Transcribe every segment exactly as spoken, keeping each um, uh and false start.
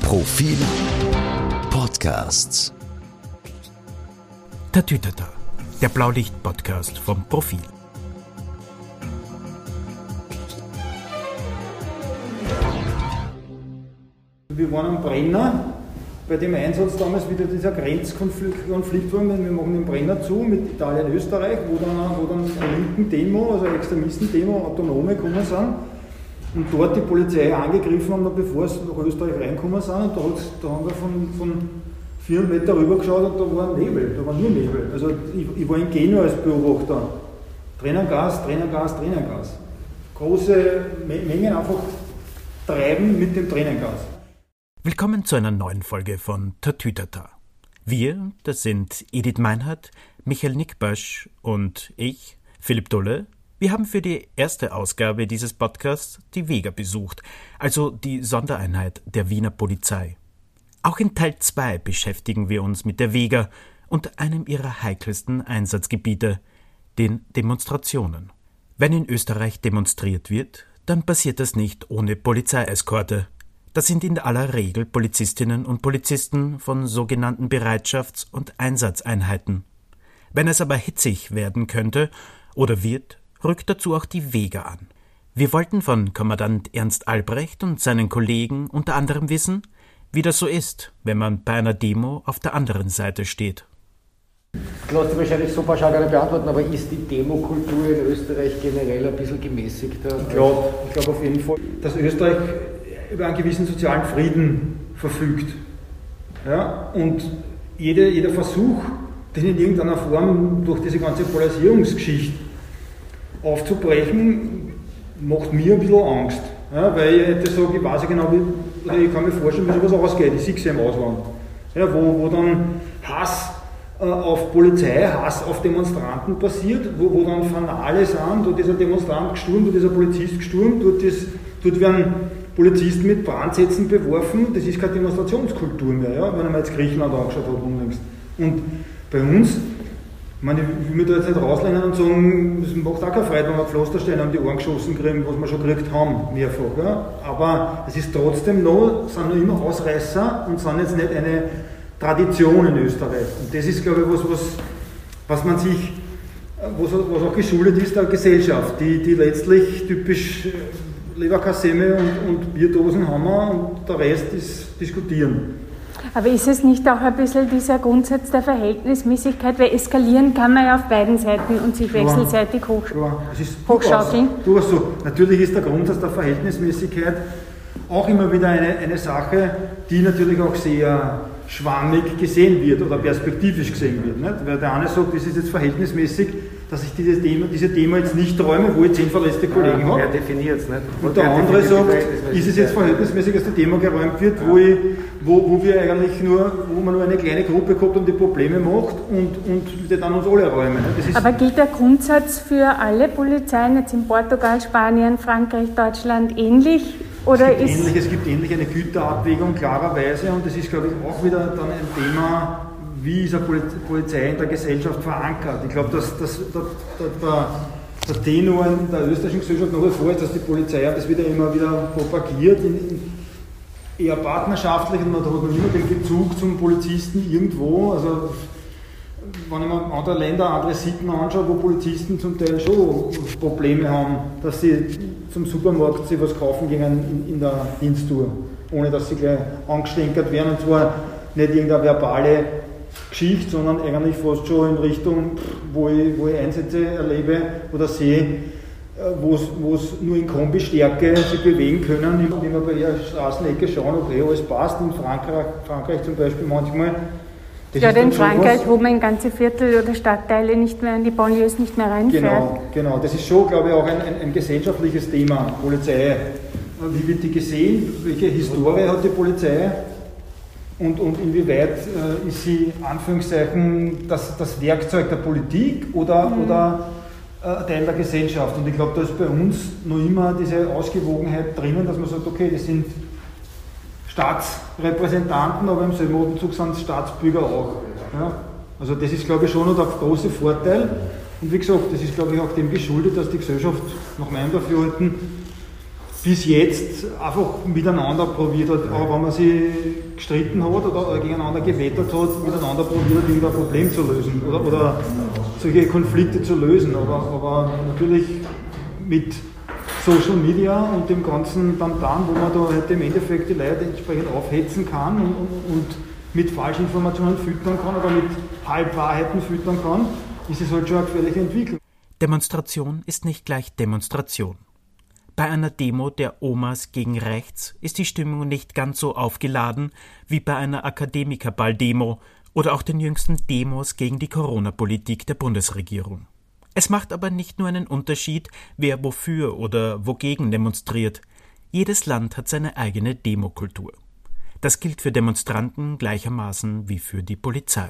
Profil Podcasts. Tatütata, der Blaulicht-Podcast vom Profil. Wir waren am Brenner, bei dem Einsatz damals wieder dieser Grenzkonflikt war, wir machen den Brenner zu mit Italien, Österreich, wo dann, wo dann eine linken Demo, also Extremisten-Demo, Autonome gekommen sind und dort die Polizei angegriffen haben, bevor sie nach Österreich reingekommen sind. Und da, da haben wir von, von vierhundert Meter rüber geschaut und da war Nebel, da war nur Nebel. Also ich, ich war in Genua als Beobachter. Tränengas, Tränengas, Tränengas. Große Mengen einfach treiben mit dem Tränengas. Willkommen zu einer neuen Folge von Tatütata. Wir, das sind Edith Meinhardt, Michael Nickbasch und ich, Philipp Dolle. Wir haben für die erste Ausgabe dieses Podcasts die Vega besucht, also die Sondereinheit der Wiener Polizei. Auch in Teil zwei beschäftigen wir uns mit der Vega und einem ihrer heikelsten Einsatzgebiete, den Demonstrationen. Wenn in Österreich demonstriert wird, dann passiert das nicht ohne Polizeieskorte. Das sind in aller Regel Polizistinnen und Polizisten von sogenannten Bereitschafts- und Einsatzeinheiten. Wenn es aber hitzig werden könnte oder wird, rückt dazu auch die Vega an. Wir wollten von Kommandant Ernst Albrecht und seinen Kollegen unter anderem wissen, wie das so ist, wenn man bei einer Demo auf der anderen Seite steht. Das lässt sich wahrscheinlich so pauschal gar nicht beantworten, aber ist die Demokultur in Österreich generell ein bisschen gemäßigter? Ich glaube ich glaub auf jeden Fall, dass Österreich über einen gewissen sozialen Frieden verfügt. Ja? Und jede, jeder Versuch, den in irgendeiner Form durch diese ganze Polarisierungsgeschichte aufzubrechen, macht mir ein bisschen Angst. Ja? Weil ich hätte so, ich weiß ja genau, wie, oder ich kann mir vorstellen, wie sowas ausgeht. Ich sehe es ja im Ausland. Ja, wo, wo dann Hass äh, auf Polizei, Hass auf Demonstranten passiert, wo, wo dann Fanale sind, dort dieser Demonstrant gestürmt, dort dieser Polizist gestürmt, dort, ist, dort werden Polizisten mit Brandsätzen beworfen. Das ist keine Demonstrationskultur mehr, ja, wenn man jetzt Griechenland angeschaut hat unlängst. Und bei uns, ich meine, ich will mich da jetzt nicht rauslehnen und sagen, es macht auch keine Freude, wenn wir Pflastersteine an die Ohren geschossen kriegen, was wir schon gekriegt haben, mehrfach. Ja. Aber es ist trotzdem noch, sind noch immer Ausreißer und sind jetzt nicht eine Tradition in Österreich. Und das ist, glaube ich, was, was, was man sich, was, was auch geschuldet ist der Gesellschaft, die, die letztlich typisch Leberkassemme und, und Bierdosen haben wir und der Rest ist diskutieren. Aber ist es nicht auch ein bisschen dieser Grundsatz der Verhältnismäßigkeit, weil eskalieren kann man ja auf beiden Seiten und sich wechselseitig ja, hoch, ja, hochschaukeln? Du hast so, natürlich ist der Grundsatz der Verhältnismäßigkeit auch immer wieder eine, eine Sache, die natürlich auch sehr schwammig gesehen wird oder perspektivisch gesehen wird. Nicht? Weil der eine sagt, das ist jetzt verhältnismäßig, dass ich diese Demo, diese Demo jetzt nicht räume, wo ich zehn verletzte Kollegen ja, habe. Wer definiert es nicht? Und der andere sagt, ist es jetzt verhältnismäßig, dass die Demo geräumt wird, ja. wo, ich, wo, wo wir eigentlich nur, wo man nur eine kleine Gruppe gehabt und die Probleme macht und, und die dann uns alle räumen. Das ist. Aber gilt der Grundsatz für alle Polizeien jetzt in Portugal, Spanien, Frankreich, Deutschland ähnlich? Oder es, gibt ist ähnlich, es gibt ähnlich eine Güterabwägung klarerweise und das ist, glaube ich, auch wieder dann ein Thema, wie ist eine Polizei in der Gesellschaft verankert. Ich glaube, dass, dass der, der, der Tenor in der österreichischen Gesellschaft noch vor ist, dass die Polizei das wieder immer wieder propagiert, in, in eher partnerschaftlich, und man hat noch immer den Bezug zum Polizisten irgendwo. Also, wenn ich mir andere Länder, andere Sitten anschaue, wo Polizisten zum Teil schon Probleme haben, dass sie zum Supermarkt sich was kaufen gehen in, in der Diensttour, ohne dass sie gleich angestänkert werden, und zwar nicht irgendeine verbale Geschichte, sondern eigentlich fast schon in Richtung, wo ich, wo ich Einsätze erlebe oder sehe, wo es nur in Kombistärke sich bewegen können, wie wir bei der Straßenecke schauen, ob eh alles passt. In Frankreich, Frankreich zum Beispiel manchmal. Das ja, in Frankreich, wo man in ganze Viertel oder Stadtteile nicht mehr, in die Banlieues nicht mehr reinfährt. Genau, genau. Das ist schon, glaube ich, auch ein, ein, ein gesellschaftliches Thema, Polizei. Wie wird die gesehen? Welche Historie hat die Polizei? Und, und inwieweit äh, ist sie, Anführungszeichen, das, das Werkzeug der Politik oder, mhm. oder äh, Teil der Gesellschaft? Und ich glaube, da ist bei uns noch immer diese Ausgewogenheit drinnen, dass man sagt, okay, das sind Staatsrepräsentanten, aber im selben Atemzug sind es Staatsbürger auch. Ja? Also das ist, glaube ich, schon noch der große Vorteil. Und wie gesagt, das ist, glaube ich, auch dem geschuldet, dass die Gesellschaft nach meinem Dafürhalten bis jetzt einfach miteinander probiert hat, aber wenn man sich gestritten hat oder gegeneinander gewettert hat, miteinander probiert hat, irgendein Problem zu lösen oder, oder solche Konflikte zu lösen. Aber, aber natürlich mit Social Media und dem ganzen Tamtam, wo man da halt im Endeffekt die Leute entsprechend aufhetzen kann und, und, und mit Falschinformationen füttern kann oder mit Halbwahrheiten füttern kann, ist es halt schon eine gefährliche Entwicklung. Demonstration ist nicht gleich Demonstration. Bei einer Demo der Omas gegen rechts ist die Stimmung nicht ganz so aufgeladen wie bei einer Akademikerball-Demo oder auch den jüngsten Demos gegen die Corona-Politik der Bundesregierung. Es macht aber nicht nur einen Unterschied, wer wofür oder wogegen demonstriert. Jedes Land hat seine eigene Demokultur. Das gilt für Demonstranten gleichermaßen wie für die Polizei.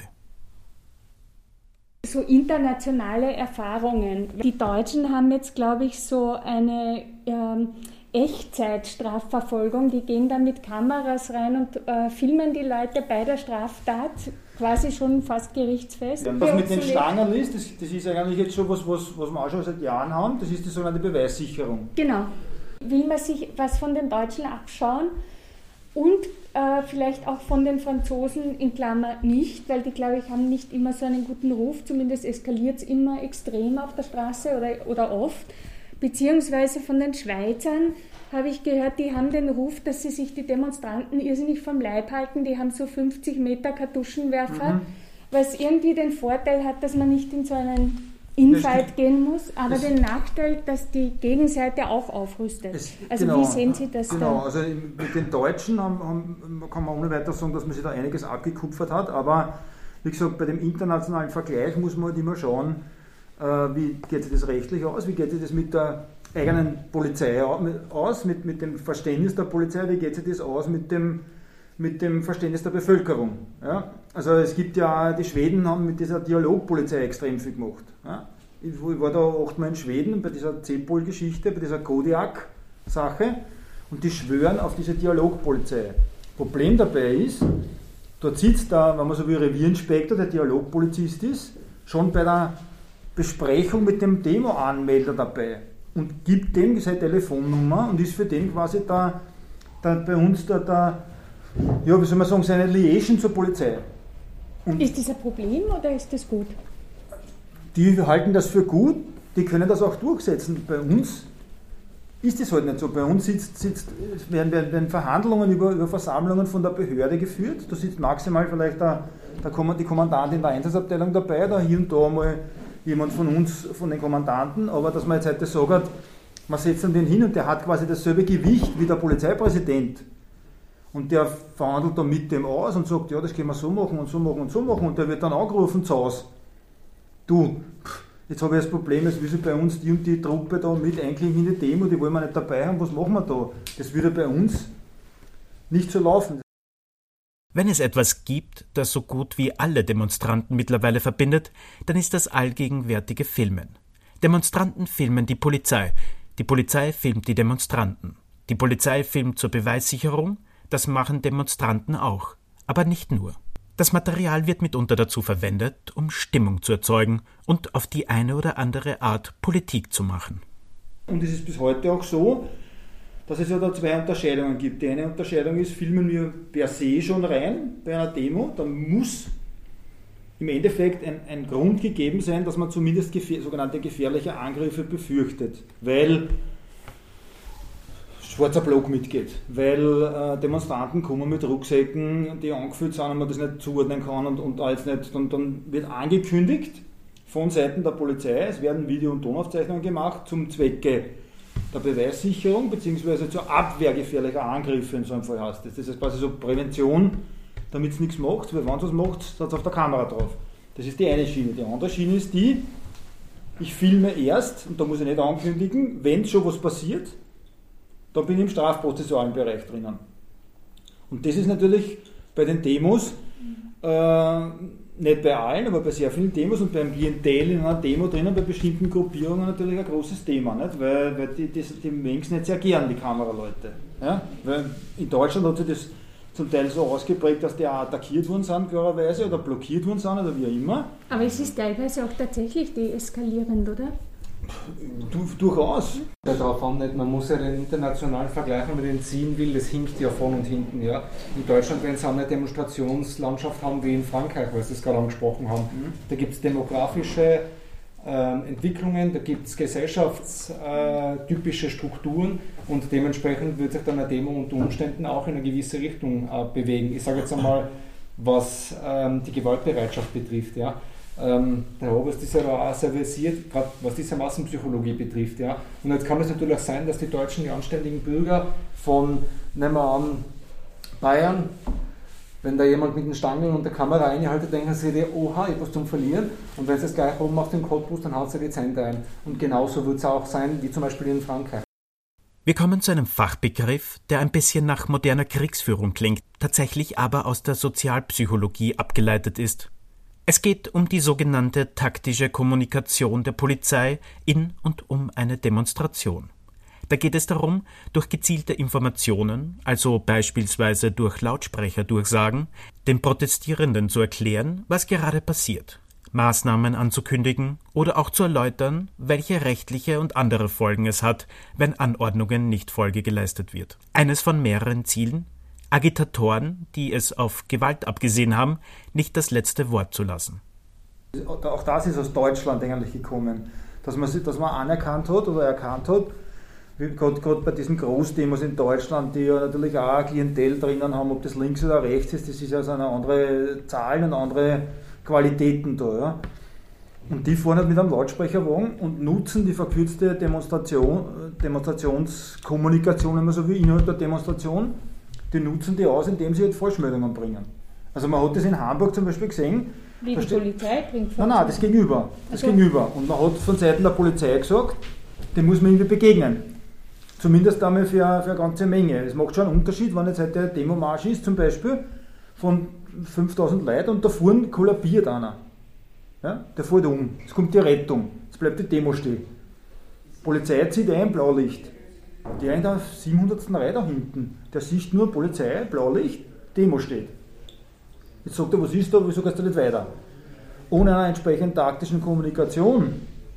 So internationale Erfahrungen. Die Deutschen haben jetzt, glaube ich, so eine ähm, Echtzeitstrafverfolgung. Die gehen da mit Kameras rein und äh, filmen die Leute bei der Straftat, quasi schon fast gerichtsfest. Ja, das mit den Stangen ist, das, das ist eigentlich jetzt schon was, was, was wir auch schon seit Jahren haben, das ist die sogenannte Beweissicherung. Genau. Will man sich was von den Deutschen abschauen und äh, vielleicht auch von den Franzosen in Klammer nicht, weil die, glaube ich, haben nicht immer so einen guten Ruf, zumindest eskaliert es immer extrem auf der Straße oder, oder oft. Beziehungsweise von den Schweizern habe ich gehört, die haben den Ruf, dass sie sich die Demonstranten irrsinnig vom Leib halten. Die haben so fünfzig Meter Kartuschenwerfer, mhm. was irgendwie den Vorteil hat, dass man nicht in so einen Infight gehen muss, aber den Nachteil, dass die Gegenseite auch aufrüstet. Es, also genau, wie sehen Sie das genau, da? Also mit den Deutschen haben, haben, kann man ohne weiter sagen, dass man sich da einiges abgekupfert hat, aber wie gesagt, bei dem internationalen Vergleich muss man halt immer schauen, äh, wie geht sich das rechtlich aus, wie geht sich das mit der eigenen Polizei aus, mit, mit dem Verständnis der Polizei, wie geht sich das aus mit dem, mit dem Verständnis der Bevölkerung. Ja? Also es gibt ja, die Schweden haben mit dieser Dialogpolizei extrem viel gemacht. Ja? Ich war da achtmal in Schweden bei dieser C-Pol-Geschichte, bei dieser Kodiak-Sache und die schwören auf diese Dialogpolizei. Problem dabei ist, dort sitzt da, wenn man so wie Revierinspektor, der Dialogpolizist ist, schon bei der Besprechung mit dem Demo-Anmelder dabei und gibt dem seine Telefonnummer und ist für den quasi da, da bei uns da, da ja, wie soll man sagen, seine Liaison zur Polizei. Und ist das ein Problem oder ist das gut? Die halten das für gut, die können das auch durchsetzen. Bei uns ist es halt nicht so. Bei uns sitzt, sitzt, werden, werden Verhandlungen über, über Versammlungen von der Behörde geführt. Da sitzt maximal vielleicht der, der, die Kommandantin der Einsatzabteilung dabei, da hier und da mal jemand von uns, von den Kommandanten. Aber dass man jetzt heute sagt, man setzt dann den hin und der hat quasi dasselbe Gewicht wie der Polizeipräsident. Und der verhandelt da mit dem aus und sagt, ja, das können wir so machen und so machen und so machen. Und der wird dann angerufen zu Hause. Du, jetzt habe ich das Problem, jetzt will sich bei uns die und die Truppe da mit einklinken in die Demo, die wollen wir nicht dabei haben, was machen wir da? Das würde bei uns nicht so laufen. Wenn es etwas gibt, das so gut wie alle Demonstranten mittlerweile verbindet, dann ist das allgegenwärtige Filmen. Demonstranten filmen die Polizei, die Polizei filmt die Demonstranten. Die Polizei filmt zur Beweissicherung, das machen Demonstranten auch, aber nicht nur. Das Material wird mitunter dazu verwendet, um Stimmung zu erzeugen und auf die eine oder andere Art Politik zu machen. Und es ist bis heute auch so, dass es ja da zwei Unterscheidungen gibt. Die eine Unterscheidung ist, filmen wir per se schon rein bei einer Demo, dann muss im Endeffekt ein, ein Grund gegeben sein, dass man zumindest gefähr, sogenannte gefährliche Angriffe befürchtet, weil schwarzer Block mitgeht, weil äh, Demonstranten kommen mit Rucksäcken, die angefüllt sind und man das nicht zuordnen kann und, und alles nicht, dann, dann wird angekündigt von Seiten der Polizei, es werden Video- und Tonaufzeichnungen gemacht zum Zwecke der Beweissicherung bzw. zur Abwehr gefährlicher Angriffe, in so einem Fall heißt das. Das ist quasi so Prävention, damit es nichts macht, weil wenn es was macht, hat es auf der Kamera drauf. Das ist die eine Schiene. Die andere Schiene ist die, ich filme erst, und da muss ich nicht ankündigen, wenn schon was passiert, da bin ich im strafprozessualen Bereich drinnen. Und das ist natürlich bei den Demos, äh, nicht bei allen, aber bei sehr vielen Demos und beim Klientel in einer Demo drinnen, bei bestimmten Gruppierungen natürlich ein großes Thema, nicht? Weil, weil die, die, die Menschen nicht sehr gern, die Kameraleute. Ja? Weil in Deutschland hat sich das zum Teil so ausgeprägt, dass die auch attackiert worden sind, klarerweise, oder blockiert worden sind, oder wie auch immer. Aber es ist teilweise auch tatsächlich deeskalierend, oder? Du, durchaus. Darauf an, nicht. Man muss ja den internationalen Vergleich, wenn man den ziehen will, das hinkt ja von und hinten. Ja. In Deutschland, wenn sie eine Demonstrationslandschaft haben wie in Frankreich, weil Sie es gerade angesprochen haben, mhm. da gibt es demografische ähm, Entwicklungen, da gibt es gesellschaftstypische Strukturen und dementsprechend wird sich dann eine Demo unter Umständen auch in eine gewisse Richtung äh, bewegen. Ich sage jetzt einmal, was ähm, die Gewaltbereitschaft betrifft. Ja. Ähm, der Oberst ist ja da auch sehr versiert, gerade was diese Massenpsychologie betrifft. Ja. Und jetzt kann es natürlich sein, dass die deutschen, die anständigen Bürger von, nehmen wir an, Bayern, wenn da jemand mit den Stangen und der Kamera einhaltet, denken sie dir, oha, ich habe was zum Verlieren. Und wenn sie das gleich oben macht im Cottbus, dann haut sie die Zehnte ein. Und genauso wird es auch sein, wie zum Beispiel in Frankreich. Wir kommen zu einem Fachbegriff, der ein bisschen nach moderner Kriegsführung klingt, tatsächlich aber aus der Sozialpsychologie abgeleitet ist. Es geht um die sogenannte taktische Kommunikation der Polizei in und um eine Demonstration. Da geht es darum, durch gezielte Informationen, also beispielsweise durch Lautsprecherdurchsagen, den Protestierenden zu erklären, was gerade passiert, Maßnahmen anzukündigen oder auch zu erläutern, welche rechtliche und andere Folgen es hat, wenn Anordnungen nicht Folge geleistet wird. Eines von mehreren Zielen, Agitatoren, die es auf Gewalt abgesehen haben, nicht das letzte Wort zu lassen. Auch das ist aus Deutschland eigentlich gekommen, dass man, dass man anerkannt hat oder erkannt hat, gerade bei diesen Großdemos in Deutschland, die ja natürlich auch ein Klientel drinnen haben, ob das links oder rechts ist, das ist also eine andere Zahlen und andere Qualitäten da. Ja. Und die fahren halt mit einem Lautsprecherwagen und nutzen die verkürzte Demonstration, Demonstrationskommunikation, immer so wie innerhalb der Demonstration, die nutzen die aus, indem sie halt Falschmeldungen bringen. Also man hat das in Hamburg zum Beispiel gesehen. Wie die Polizei bringt Nein, nein, das Gegenüber. Das also. Gegenüber. Und man hat von Seiten der Polizei gesagt, dem muss man irgendwie begegnen. Zumindest einmal für, für eine ganze Menge. Es macht schon einen Unterschied, wenn jetzt heute der Demomarsch ist, zum Beispiel von fünftausend Leuten und da vorne kollabiert einer. Ja, der fährt um. Es kommt die Rettung. Jetzt bleibt die Demo stehen. Die Polizei zieht ein, Blaulicht. Der in der siebenhundertsten Reihe da hinten, der sieht nur Polizei, Blaulicht, Demo steht. Jetzt sagt er, was ist da, wieso gehst du nicht weiter? Ohne eine entsprechende taktischen Kommunikation.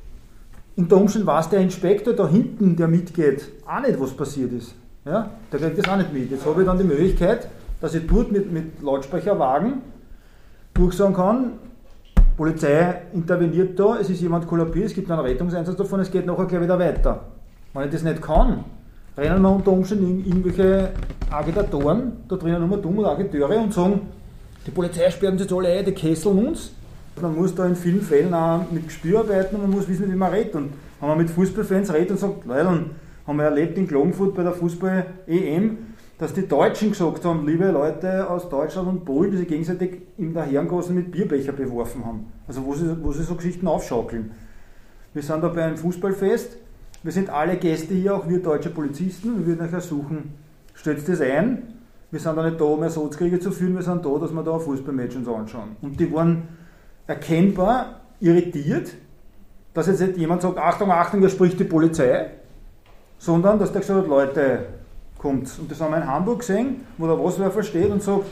Unter Umständen weiß der Inspektor da hinten, der mitgeht, auch nicht, was passiert ist. Ja? Der kriegt das auch nicht mit. Jetzt habe ich dann die Möglichkeit, dass ich dort mit, mit Lautsprecherwagen durchsagen kann, Polizei interveniert da, es ist jemand kollabiert, es gibt einen Rettungseinsatz davon, es geht nachher gleich wieder weiter. Wenn ich das nicht kann, rennen wir unter Umständen irgendwelche Agitatoren, da drinnen nur dumme Agiteure und sagen, die Polizei sperrt uns jetzt alle ein, die kesseln uns. Man muss da in vielen Fällen auch mit Gespür arbeiten und man muss wissen, wie man redet. Und wenn man mit Fußballfans redet und sagt, Leute, haben wir erlebt in Klagenfurt bei der Fußball-E M, dass die Deutschen gesagt haben, liebe Leute aus Deutschland und Polen, die sich gegenseitig in der Herrengasse mit Bierbecher beworfen haben. Also wo sie, wo sie so Geschichten aufschaukeln. Wir sind da bei einem Fußballfest, wir sind alle Gäste hier, auch wir deutsche Polizisten, wir würden euch ersuchen, stellt das ein, wir sind da nicht da, um Ersatzkriege zu führen, wir sind da, dass wir da ein Fußballmatch uns anschauen. Und die waren erkennbar irritiert, dass jetzt nicht jemand sagt, Achtung, Achtung, da spricht die Polizei, sondern dass der gesagt hat, Leute, kommt. Und das haben wir in Hamburg gesehen, wo der Wasserwerfer steht und sagt,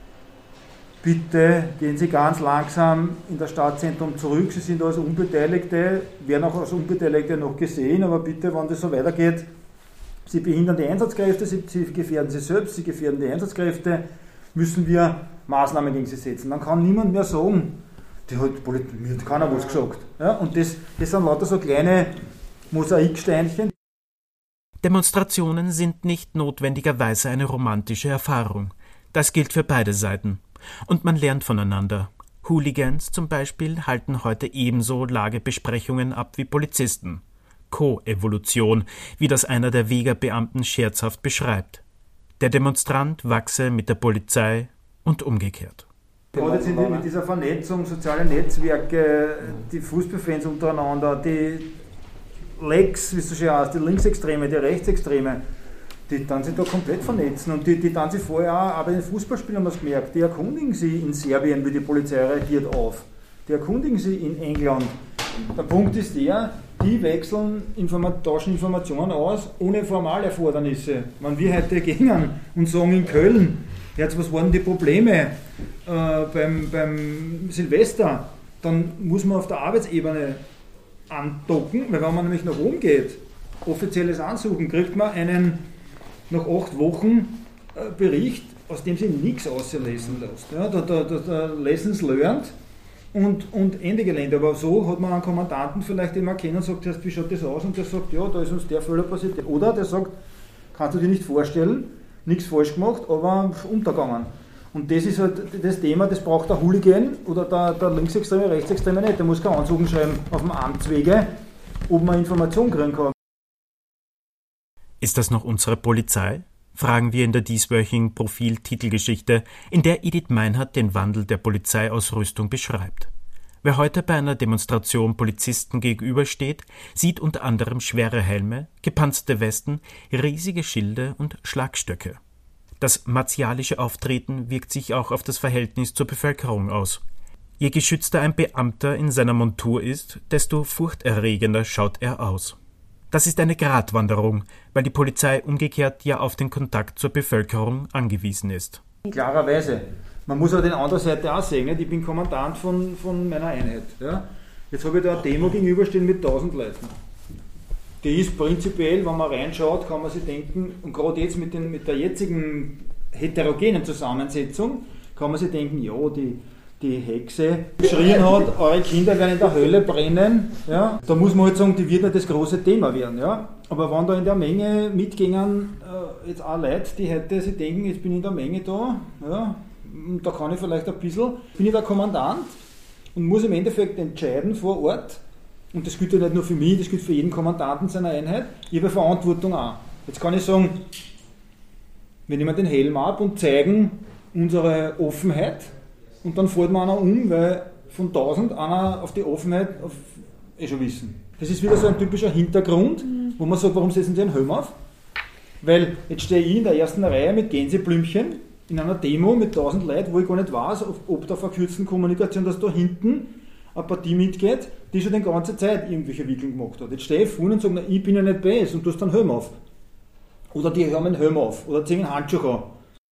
bitte gehen Sie ganz langsam in das Stadtzentrum zurück, Sie sind als Unbeteiligte, werden auch als Unbeteiligte noch gesehen, aber bitte, wenn das so weitergeht, Sie behindern die Einsatzkräfte, Sie, Sie gefährden Sie selbst, Sie gefährden die Einsatzkräfte, müssen wir Maßnahmen gegen Sie setzen. Dann kann niemand mehr sagen, die hat, mir hat keiner was gesagt. Ja, und das, das sind lauter so kleine Mosaiksteinchen. Demonstrationen sind nicht notwendigerweise eine romantische Erfahrung. Das gilt für beide Seiten. Und man lernt voneinander. Hooligans zum Beispiel halten heute ebenso Lagebesprechungen ab wie Polizisten. Co-Evolution, wie das einer der Wegerbeamten scherzhaft beschreibt. Der Demonstrant wachse mit der Polizei und umgekehrt. Gerade jetzt mit dieser Vernetzung, soziale Netzwerke, die Fußballfans untereinander, die Lex, wie es so schön heißt, die Linksextreme, die Rechtsextreme, die dann sich da komplett vernetzen und die, die dann sich vorher auch, auch bei den Fußballspielen haben wir es gemerkt, die erkundigen sie in Serbien, wie die Polizei reagiert, auf. Die erkundigen sie in England. Der Punkt ist der, die wechseln, Informa- tauschen Informationen aus, ohne Formalerfordernisse. Wenn wir heute gingen und sagen in Köln, jetzt was waren die Probleme äh, beim, beim Silvester, dann muss man auf der Arbeitsebene andocken, weil wenn man nämlich nach oben geht, offizielles Ansuchen, kriegt man einen nach acht Wochen äh, Bericht, aus dem sich nichts auslesen lässt. Ja, da, da, da, da Lessons learned und, und Ende Gelände. Aber so hat man einen Kommandanten vielleicht immer kennen und sagt, wie schaut das aus? Und der sagt, ja, da ist uns der Fehler passiert. Oder der sagt, kannst du dir nicht vorstellen, nichts falsch gemacht, aber untergegangen. Und das ist halt das Thema, das braucht der Hooligan oder der, der Linksextreme, Rechtsextreme nicht. Der muss kein Ansuchen schreiben auf dem Amtswege, ob man Informationen kriegen kann. Ist das noch unsere Polizei? Fragen wir in der dieswöchigen Profil-Titelgeschichte, in der Edith Meinhardt den Wandel der Polizeiausrüstung beschreibt. Wer heute bei einer Demonstration Polizisten gegenübersteht, sieht unter anderem schwere Helme, gepanzerte Westen, riesige Schilde und Schlagstöcke. Das martialische Auftreten wirkt sich auch auf das Verhältnis zur Bevölkerung aus. Je geschützter ein Beamter in seiner Montur ist, desto furchterregender schaut er aus. Das ist eine Gratwanderung, weil die Polizei umgekehrt ja auf den Kontakt zur Bevölkerung angewiesen ist. Klarerweise. Man muss aber die andere Seite auch sehen. Nicht? Ich bin Kommandant von, von meiner Einheit. Ja? Jetzt habe ich da eine Demo gegenüberstehen mit tausend Leuten. Die ist prinzipiell, wenn man reinschaut, kann man sich denken, und gerade jetzt mit, den, mit der jetzigen heterogenen Zusammensetzung, kann man sich denken, ja, die, die Hexe geschrien hat, eure Kinder werden in der Hölle brennen. Ja? Da muss man halt sagen, die wird nicht das große Thema werden. Ja? Aber wenn da in der Menge mitgehen, äh, jetzt auch Leute, die heute sich denken, jetzt bin ich in der Menge da, ja, da kann ich vielleicht ein bisschen, bin ich der Kommandant und muss im Endeffekt entscheiden vor Ort. Und das gilt ja nicht nur für mich, das gilt für jeden Kommandanten seiner Einheit. Ich habe Verantwortung auch. Jetzt kann ich sagen, wir nehmen den Helm ab und zeigen unsere Offenheit und dann fällt mir einer um, weil von tausend einer auf die Offenheit auf, eh schon wissen. Das ist wieder so ein typischer Hintergrund, wo man sagt, warum setzen Sie einen Helm auf? Weil jetzt stehe ich in der ersten Reihe mit Gänseblümchen in einer Demo mit tausend Leuten, wo ich gar nicht weiß, ob der verkürzten Kommunikation, dass da hinten eine Partie mitgeht, die schon die ganze Zeit irgendwelche Wickeln gemacht hat. Jetzt stehe ich vorne und sage, na, ich bin ja nicht besser und du hast einen Helm auf. Oder die haben einen Helm auf oder ziehen einen Handschuh an.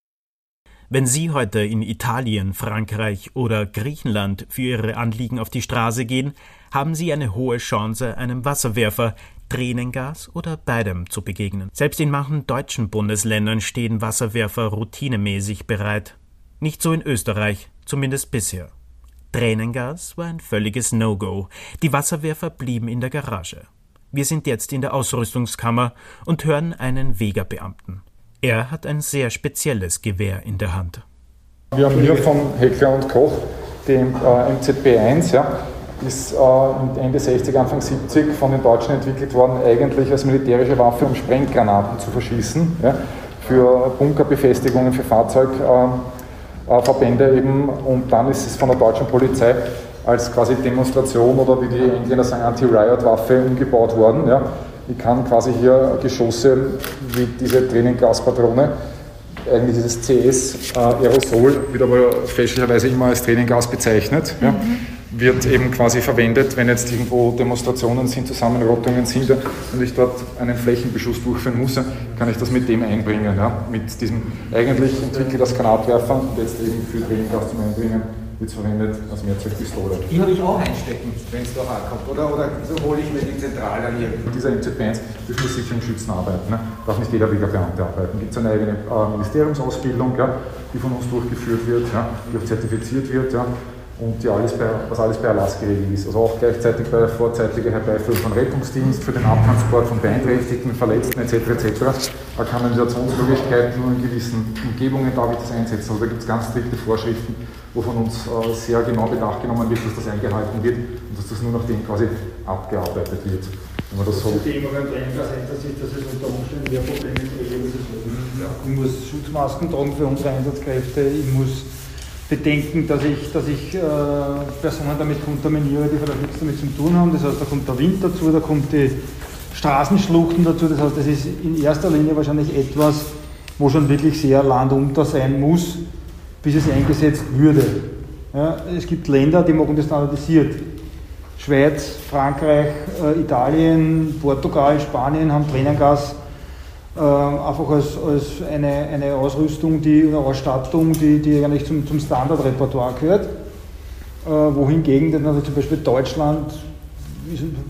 Wenn Sie heute in Italien, Frankreich oder Griechenland für Ihre Anliegen auf die Straße gehen, haben Sie eine hohe Chance, einem Wasserwerfer, Tränengas oder beidem zu begegnen. Selbst in manchen deutschen Bundesländern stehen Wasserwerfer routinemäßig bereit. Nicht so in Österreich, zumindest bisher. Tränengas war ein völliges No-Go. Die Wasserwerfer blieben in der Garage. Wir sind jetzt in der Ausrüstungskammer und hören einen Wegerbeamten. Er hat ein sehr spezielles Gewehr in der Hand. Wir haben hier von Heckler und Koch den äh, M Z B eins, ja, ist äh, Ende sechziger, Anfang siebzig von den Deutschen entwickelt worden, eigentlich als militärische Waffe, um Sprenggranaten zu verschießen, ja, für Bunkerbefestigungen, für Fahrzeugverbände äh, eben, und dann ist es von der deutschen Polizei als quasi Demonstration oder wie die Engländer sagen Anti-Riot-Waffe umgebaut worden. Ja. Ich kann quasi hier Geschosse wie diese Tränengaspatrone, eigentlich ist es C S äh, Aerosol, wird aber fälschlicherweise immer als Tränengas bezeichnet, mhm. ja, wird eben quasi verwendet, wenn jetzt irgendwo Demonstrationen sind, Zusammenrottungen sind und ich dort einen Flächenbeschuss durchführen muss, kann ich das mit dem einbringen, ja, mit diesem eigentlich entwickelt als Granatwerfer und jetzt eben für Tränengas zum Einbringen wird es verwendet als Mehrzweckpistole. Die habe ich auch einstecken, wenn es da ankommt, oder, oder so hole ich mir die Zentrale an hier. Dieser M Z B eins dürfen nur sicher im Schützen arbeiten, ne? Darf nicht jeder Wegerbeamte arbeiten. Gibt es eine eigene äh, Ministeriumsausbildung, ja, die von uns durchgeführt wird, ja, die auch zertifiziert wird, ja, und die alles bei, was alles bei Erlass geregelt ist. Also auch gleichzeitig bei der vorzeitigen Herbeiführung von Rettungsdienst für den Abtransport von Beeinträchtigten, Verletzten et cetera et cetera. Da Kanalisationsmöglichkeiten nur in gewissen Umgebungen darf ich das einsetzen. Also da gibt es ganz strikte Vorschriften, wo von uns äh, sehr genau Bedacht genommen wird, dass das eingehalten wird und dass das nur nach dem quasi abgearbeitet wird. Wenn man das so das Thema beim Tränengaseinsatz ist, dass es unter Umständen mehr Probleme gibt. Ja. Ich muss Schutzmasken tragen für unsere Einsatzkräfte, ich muss bedenken, dass ich, dass ich äh, Personen damit kontaminiere, die vielleicht nichts damit zu tun haben. Das heißt, da kommt der Wind dazu, da kommt die Straßenschluchten dazu. Das heißt, das ist in erster Linie wahrscheinlich etwas, wo schon wirklich sehr landunter sein muss, bis es eingesetzt würde. Ja, es gibt Länder, die machen das standardisiert. Schweiz, Frankreich, äh, Italien, Portugal, Spanien haben Tränengas äh, einfach als, als eine, eine Ausrüstung, die, eine Ausstattung, die, die eigentlich zum, zum Standardrepertoire gehört. Äh, wohingegen dann zum Beispiel Deutschland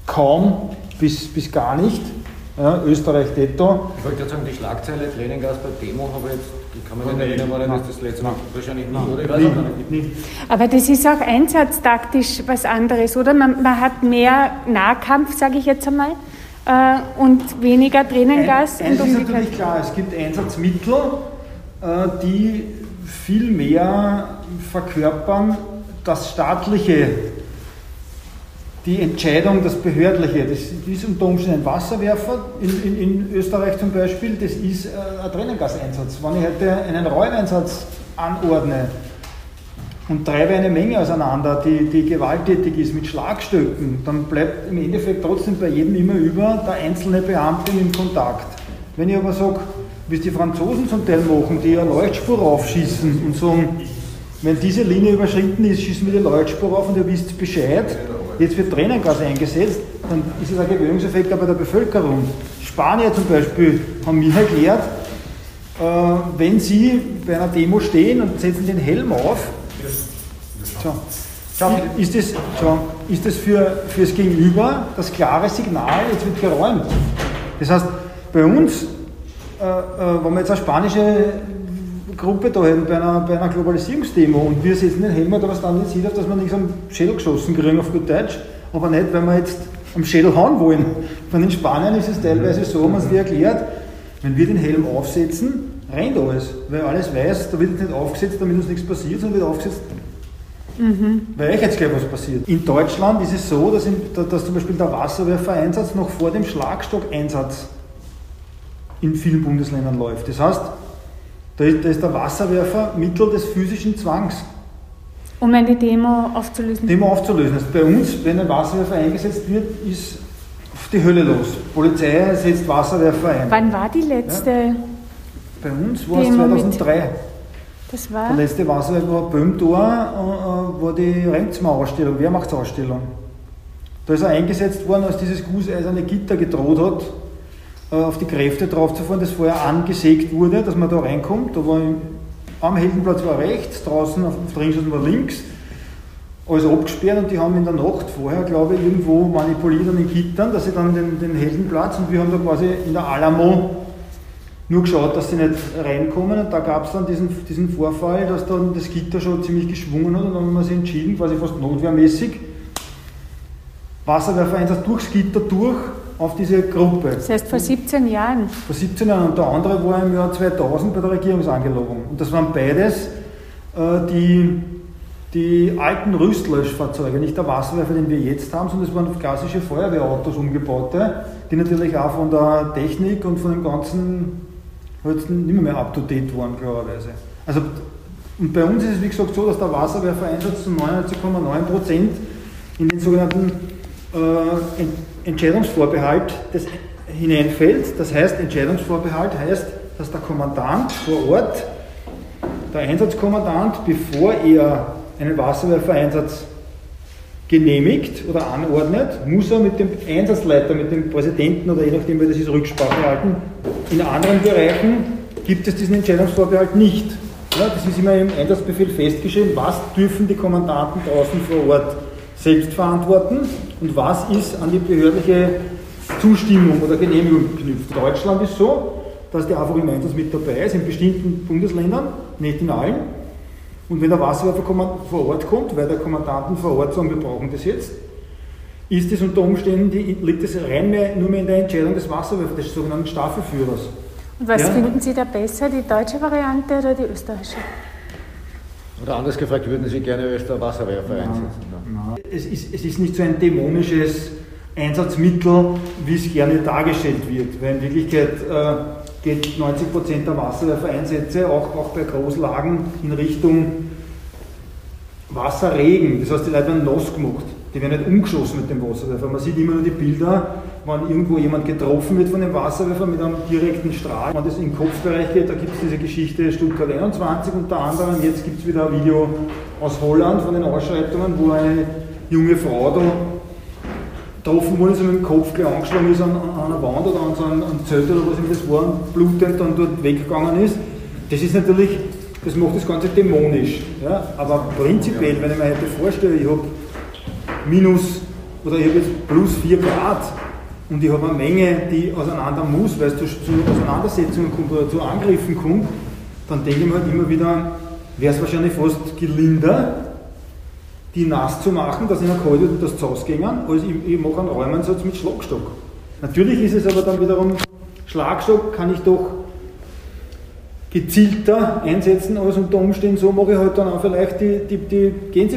kaum bis, bis gar nicht. Ja, Österreich detto. Ich wollte gerade sagen, die Schlagzeile Tränengas bei Demo habe ich jetzt, ich kann mich nicht erinnern, war das das letzte Mal? Wahrscheinlich nicht, oder? Ich weiß auch nicht. nicht. Aber das ist auch einsatztaktisch was anderes, oder? Man, man hat mehr Nahkampf, sage ich jetzt einmal, äh, und weniger Tränengas. Ein, eins ist natürlich klar, es gibt Einsatzmittel, äh, die viel mehr verkörpern das staatliche, die Entscheidung, das Behördliche. Das ist unter Umständen ein Wasserwerfer, in, in, in Österreich zum Beispiel, das ist ein Tränengaseinsatz. Wenn ich heute einen Räumeinsatz anordne und treibe eine Menge auseinander, die, die gewalttätig ist mit Schlagstöcken, dann bleibt im Endeffekt trotzdem bei jedem immer über der einzelne Beamte im Kontakt. Wenn ich aber sage, wie es die Franzosen zum Teil machen, die eine Leuchtspur raufschießen und sagen, wenn diese Linie überschritten ist, schießen wir die Leuchtspur rauf und ihr wisst Bescheid, jetzt wird Tränengas eingesetzt, dann ist es ein Gewöhnungseffekt auch bei der Bevölkerung. Spanier zum Beispiel haben mir erklärt, äh, wenn sie bei einer Demo stehen und setzen den Helm auf, so, ist das, so, ist das für, für das Gegenüber das klare Signal, jetzt wird geräumt. Das heißt, bei uns, äh, äh, wenn wir jetzt eine spanische Gruppe da hätten bei einer, bei einer Globalisierungsdemo und wir setzen den Helm oder was dann nicht sieht, auf dass wir nichts am Schädel geschossen kriegen, auf gut Deutsch, aber nicht, weil wir jetzt am Schädel hauen wollen. Von den Spaniern ist es teilweise so, haben wir es dir erklärt, wenn wir den Helm aufsetzen, rennt alles, weil alles weiß, da wird jetzt nicht aufgesetzt, damit uns nichts passiert, sondern wird aufgesetzt, mhm. weil euch jetzt gleich was passiert. In Deutschland ist es so, dass, in, dass zum Beispiel der Wasserwerfereinsatz noch vor dem Schlagstockeinsatz in vielen Bundesländern läuft. Das heißt, da ist der Wasserwerfer Mittel des physischen Zwangs. Um eine Demo aufzulösen? Demo aufzulösen. Also bei uns, wenn ein Wasserwerfer eingesetzt wird, ist die Hölle los. Die Polizei setzt Wasserwerfer ein. Wann war die letzte? Ja. Bei uns war es zweitausenddrei. Das war? Der letzte Wasserwerfer war Böhmtor, äh, war die Remzmar-Ausstellung, Wehrmachtsausstellung. Da ist er eingesetzt worden, als dieses gusseiserne Gitter gedroht hat, auf die Kräfte draufzufahren, das vorher angesägt wurde, dass man da reinkommt. Da war im, am Heldenplatz war rechts, draußen auf der Ringstraße war links, alles abgesperrt und die haben in der Nacht vorher, glaube ich, irgendwo manipuliert an den Gittern, dass sie dann den, den Heldenplatz und wir haben da quasi in der Alamo nur geschaut, dass sie nicht reinkommen und da gab es dann diesen, diesen Vorfall, dass dann das Gitter schon ziemlich geschwungen hat und dann haben wir sich entschieden, quasi fast notwehrmäßig, Wasserwerfereinsatz durchs Gitter durch, auf diese Gruppe. Das heißt vor siebzehn Jahren? Vor siebzehn Jahren. Und der andere war im Jahr zweitausend bei der Regierungsangelobung. Und das waren beides äh, die, die alten Rüstlöschfahrzeuge, nicht der Wasserwerfer, den wir jetzt haben, sondern es waren klassische Feuerwehrautos umgebaute, die natürlich auch von der Technik und von dem Ganzen halt nicht mehr, mehr up-to-date waren, klarerweise. Also, und bei uns ist es wie gesagt so, dass der Wasserwerfereinsatz zu neunundneunzig Komma neun Prozent in den sogenannten äh, Entscheidungsvorbehalt das hineinfällt. Das heißt, Entscheidungsvorbehalt heißt, dass der Kommandant vor Ort, der Einsatzkommandant, bevor er einen Wasserwerfereinsatz genehmigt oder anordnet, muss er mit dem Einsatzleiter, mit dem Präsidenten oder je nachdem, wie das ist, Rücksprache halten. In anderen Bereichen gibt es diesen Entscheidungsvorbehalt nicht. Ja, das ist immer im Einsatzbefehl festgeschrieben, was dürfen die Kommandanten draußen vor Ort selbst verantworten und was ist an die behördliche Zustimmung oder Genehmigung geknüpft. Deutschland ist so, dass der einfach im Einsatz mit dabei ist, in bestimmten Bundesländern, nicht in allen. Und wenn der Wasserwerfer vor Ort kommt, weil der Kommandanten vor Ort sagen, wir brauchen das jetzt, ist es unter Umständen, die, liegt es rein mehr, nur mehr in der Entscheidung des Wasserwerfers, des sogenannten Staffelführers. Und was ja? finden Sie da besser, die deutsche Variante oder die österreichische? Oder anders gefragt, würden Sie gerne Österreich Wasserwerfer einsetzen? Nein. Es, ist, es ist nicht so ein dämonisches Einsatzmittel, wie es gerne dargestellt wird, weil in Wirklichkeit äh, geht neunzig Prozent der Wasserwerfereinsätze auch, auch bei Großlagen in Richtung Wasserregen. Das heißt, die Leute werden nass gemacht. Die werden nicht umgeschossen mit dem Wasserwerfer. Man sieht immer nur die Bilder, wenn irgendwo jemand getroffen wird von dem Wasserwerfer mit einem direkten Strahl. Wenn das im Kopfbereich geht, da gibt es diese Geschichte Stuttgart einundzwanzig unter anderem. Jetzt gibt es wieder ein Video aus Holland von den Ausschreitungen, wo eine junge Frau da getroffen wurde, so mit dem Kopf gleich angeschlagen ist an, an einer Wand oder an so einem Zelt oder was immer das war, und blutend dann dort weggegangen ist. Das ist natürlich, das macht das Ganze dämonisch. Ja? Aber prinzipiell, wenn ich mir heute vorstelle, ich habe minus oder ich habe jetzt plus vier Grad und ich habe eine Menge, die auseinander muss, weil es zu, zu Auseinandersetzungen kommt oder zu Angriffen kommt, dann denke ich mir halt immer wieder, wäre es wahrscheinlich fast gelinder, die nass zu machen, dass ihnen kalt wird und das zu ausgehen, als ich, ich mache einen Räumeinsatz mit Schlagstock. Natürlich ist es aber dann wiederum, Schlagstock kann ich doch gezielter einsetzen, als unter Umständen so mache ich halt dann auch vielleicht die, die, die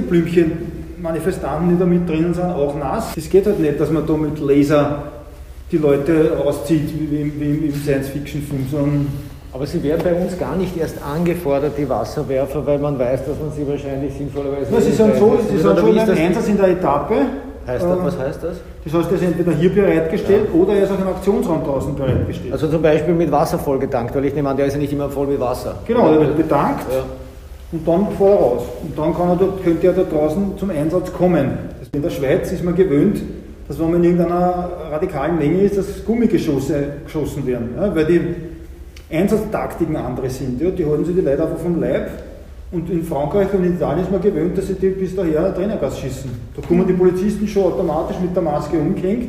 Gänseblümchen-Manifestanten, die da mit drinnen sind, auch nass. Es geht halt nicht, dass man da mit Laser die Leute rauszieht, wie, wie im Science-Fiction-Film, sondern... Aber sie werden bei uns gar nicht erst angefordert, die Wasserwerfer, weil man weiß, dass man sie wahrscheinlich sinnvollerweise... Ja, sie sind schon, sie sind schon im Einsatz in der Etappe. Heißt das, was heißt das? Das heißt, er ist entweder hier bereitgestellt ja. oder er ist auch im Aktionsraum draußen bereitgestellt. Also zum Beispiel mit Wasser voll getankt, weil ich nehme an, der ist ja nicht immer voll mit Wasser. Genau, der wird betankt ja. und dann fährt er raus. Und dann kann er dort, könnte er da draußen zum Einsatz kommen. In der Schweiz ist man gewöhnt, dass wenn man in irgendeiner radikalen Menge ist, dass Gummigeschosse geschossen werden. Ja, weil die Einsatztaktiken andere sind. Ja, die halten sich die Leute einfach vom Leib. Und in Frankreich und in Italien ist man gewöhnt, dass sie die bis daher Tränengas schießen. Da kommen die Polizisten schon automatisch mit der Maske umgehängt.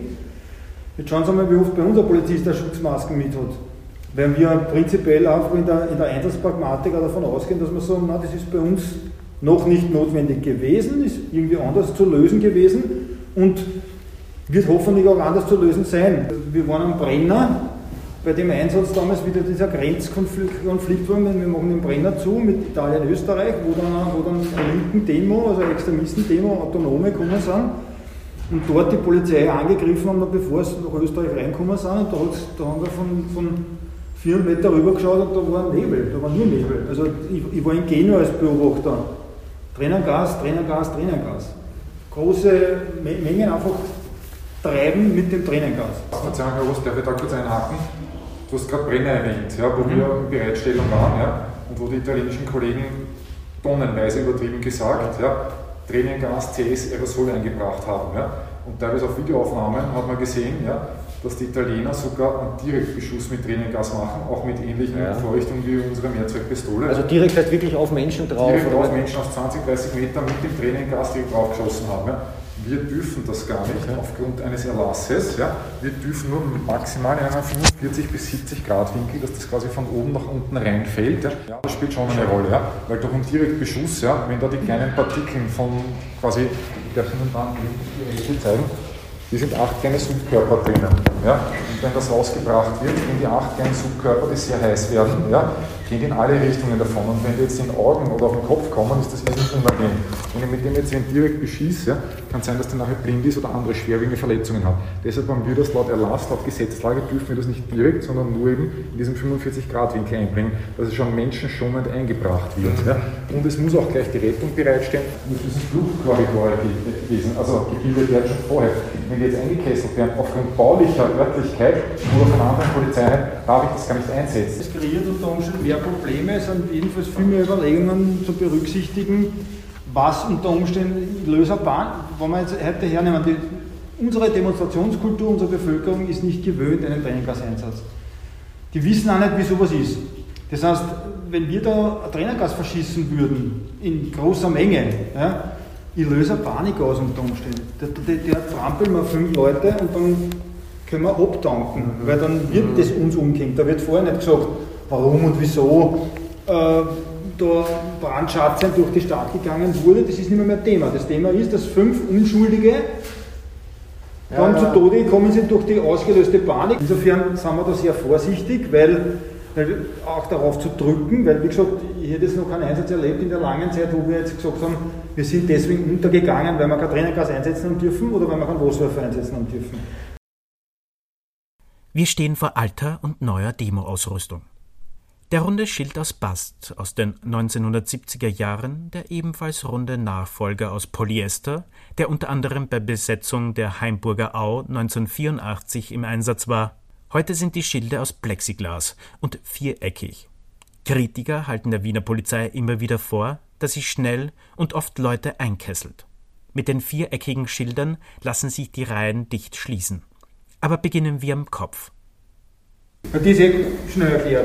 Jetzt schauen Sie mal, wie oft bei uns ein Polizist eine Schutzmaske mit hat. Weil wir prinzipiell einfach in der, in der Einsatzpragmatik davon ausgehen, dass wir sagen, na, das ist bei uns noch nicht notwendig gewesen, ist irgendwie anders zu lösen gewesen und wird hoffentlich auch anders zu lösen sein. Wir waren am Brenner. Bei dem Einsatz damals wieder dieser Grenzkonflikt war, wir machen den Brenner zu mit Italien, Österreich, wo dann, wo dann eine linken Demo, also Extremisten-Demo, Autonome gekommen sind und dort die Polizei angegriffen haben, bevor sie nach Österreich reingekommen sind und da, da haben wir von, von vierhundert Meter rüber geschaut und da war Nebel, da war nur Nebel. Also ich, ich war in Genua als Beobachter. Tränengas, Tränengas, Tränengas. Große Mengen einfach treiben mit dem Tränengas. Verzeihung, Herr Rost, darf ich da kurz einhaken? Du hast gerade Brenner erwähnt, ja, wo mhm. wir in Bereitstellung waren ja, und wo die italienischen Kollegen tonnenweise übertrieben gesagt ja, Tränengas, C S, Aerosol eingebracht haben. Ja. Und teilweise auf Videoaufnahmen hat man gesehen, ja, dass die Italiener sogar einen Direktbeschuss mit Tränengas machen, auch mit ähnlichen ja. Vorrichtungen wie unsere Mehrzweckpistole. Also direkt halt wirklich auf Menschen drauf? Direkt auf Menschen auf zwanzig, dreißig Meter mit dem Tränengas direkt draufgeschossen haben. Ja. Wir dürfen das gar nicht okay. aufgrund eines Erlasses. Ja. Wir dürfen nur maximal in einem fünfundvierzig bis siebzig Grad Winkel, dass das quasi von oben nach unten reinfällt. Ja. Ja, das spielt schon eine Rolle, ja. Weil durch einen Direktbeschuss, ja, wenn da die kleinen Partikel von quasi, ich darf Ihnen dann die zeigen, die sind acht kleine Subkörper drinnen. Ja. Und wenn das rausgebracht wird, gehen die acht kleinen Subkörper, die sehr heiß werden, ja, gehen in alle Richtungen davon. Und wenn die jetzt in Augen oder auf den Kopf kommen, ist das irrsinnig unangenehm. Wenn ich mit dem jetzt direkt beschieße, ja, kann sein, dass der nachher blind ist oder andere schwerwiegende Verletzungen hat. Deshalb haben wir das laut Erlass, laut Gesetzlage, dürfen wir das nicht direkt, sondern nur eben in diesem fünfundvierzig Grad Winkel einbringen, dass es schon menschenschonend eingebracht wird. Ja. Und es muss auch gleich die Rettung bereitstellen. Und das sind Fluchtkorridore gewesen, also gebildet werden schon vorher. Wenn die jetzt eingekesselt werden, aufgrund baulicher Örtlichkeit oder von anderen Polizeien, darf ich das gar nicht einsetzen. Es kreiert unter Umständen mehr Probleme, es sind jedenfalls viel mehr Überlegungen zu berücksichtigen, was unter Umständen Löserbahn, wenn wir jetzt heute hernehmen, die, unsere Demonstrationskultur, unsere Bevölkerung ist nicht gewöhnt an einen Tränengaseinsatz. Die wissen auch nicht, wie sowas ist. Das heißt, wenn wir da ein Tränengas verschießen würden, in großer Menge, ja, ich löse eine Panik aus unter Umständen. Der, der, der trampelt mal fünf Leute und dann können wir abtanken, mhm. weil dann wird das uns umgehängt. Da wird vorher nicht gesagt, warum und wieso äh, da Brandschatzen durch die Stadt gegangen wurde. Das ist nicht mehr, mehr Thema. Das Thema ist, dass fünf Unschuldige dann ja, ja. zu Tode gekommen sind durch die ausgelöste Panik. Insofern sind wir da sehr vorsichtig, weil, weil auch darauf zu drücken, weil wie gesagt, ich hätte jetzt noch keinen Einsatz erlebt in der langen Zeit, wo wir jetzt gesagt haben, wir sind deswegen untergegangen, weil wir kein Tränengas einsetzen haben dürfen oder weil wir keinen Wasserwerfer einsetzen haben dürfen. Wir stehen vor alter und neuer Demo-Ausrüstung. Der runde Schild aus Bast aus den neunzehnhundertsiebziger Jahren, der ebenfalls runde Nachfolger aus Polyester, der unter anderem bei Besetzung der Haimburger Au neunzehnhundertvierundachtzig im Einsatz war. Heute sind die Schilde aus Plexiglas und viereckig. Kritiker halten der Wiener Polizei immer wieder vor, dass sie schnell und oft Leute einkesselt. Mit den viereckigen Schildern lassen sich die Reihen dicht schließen. Aber beginnen wir am Kopf. Ja, die ist eh schnell erklärt.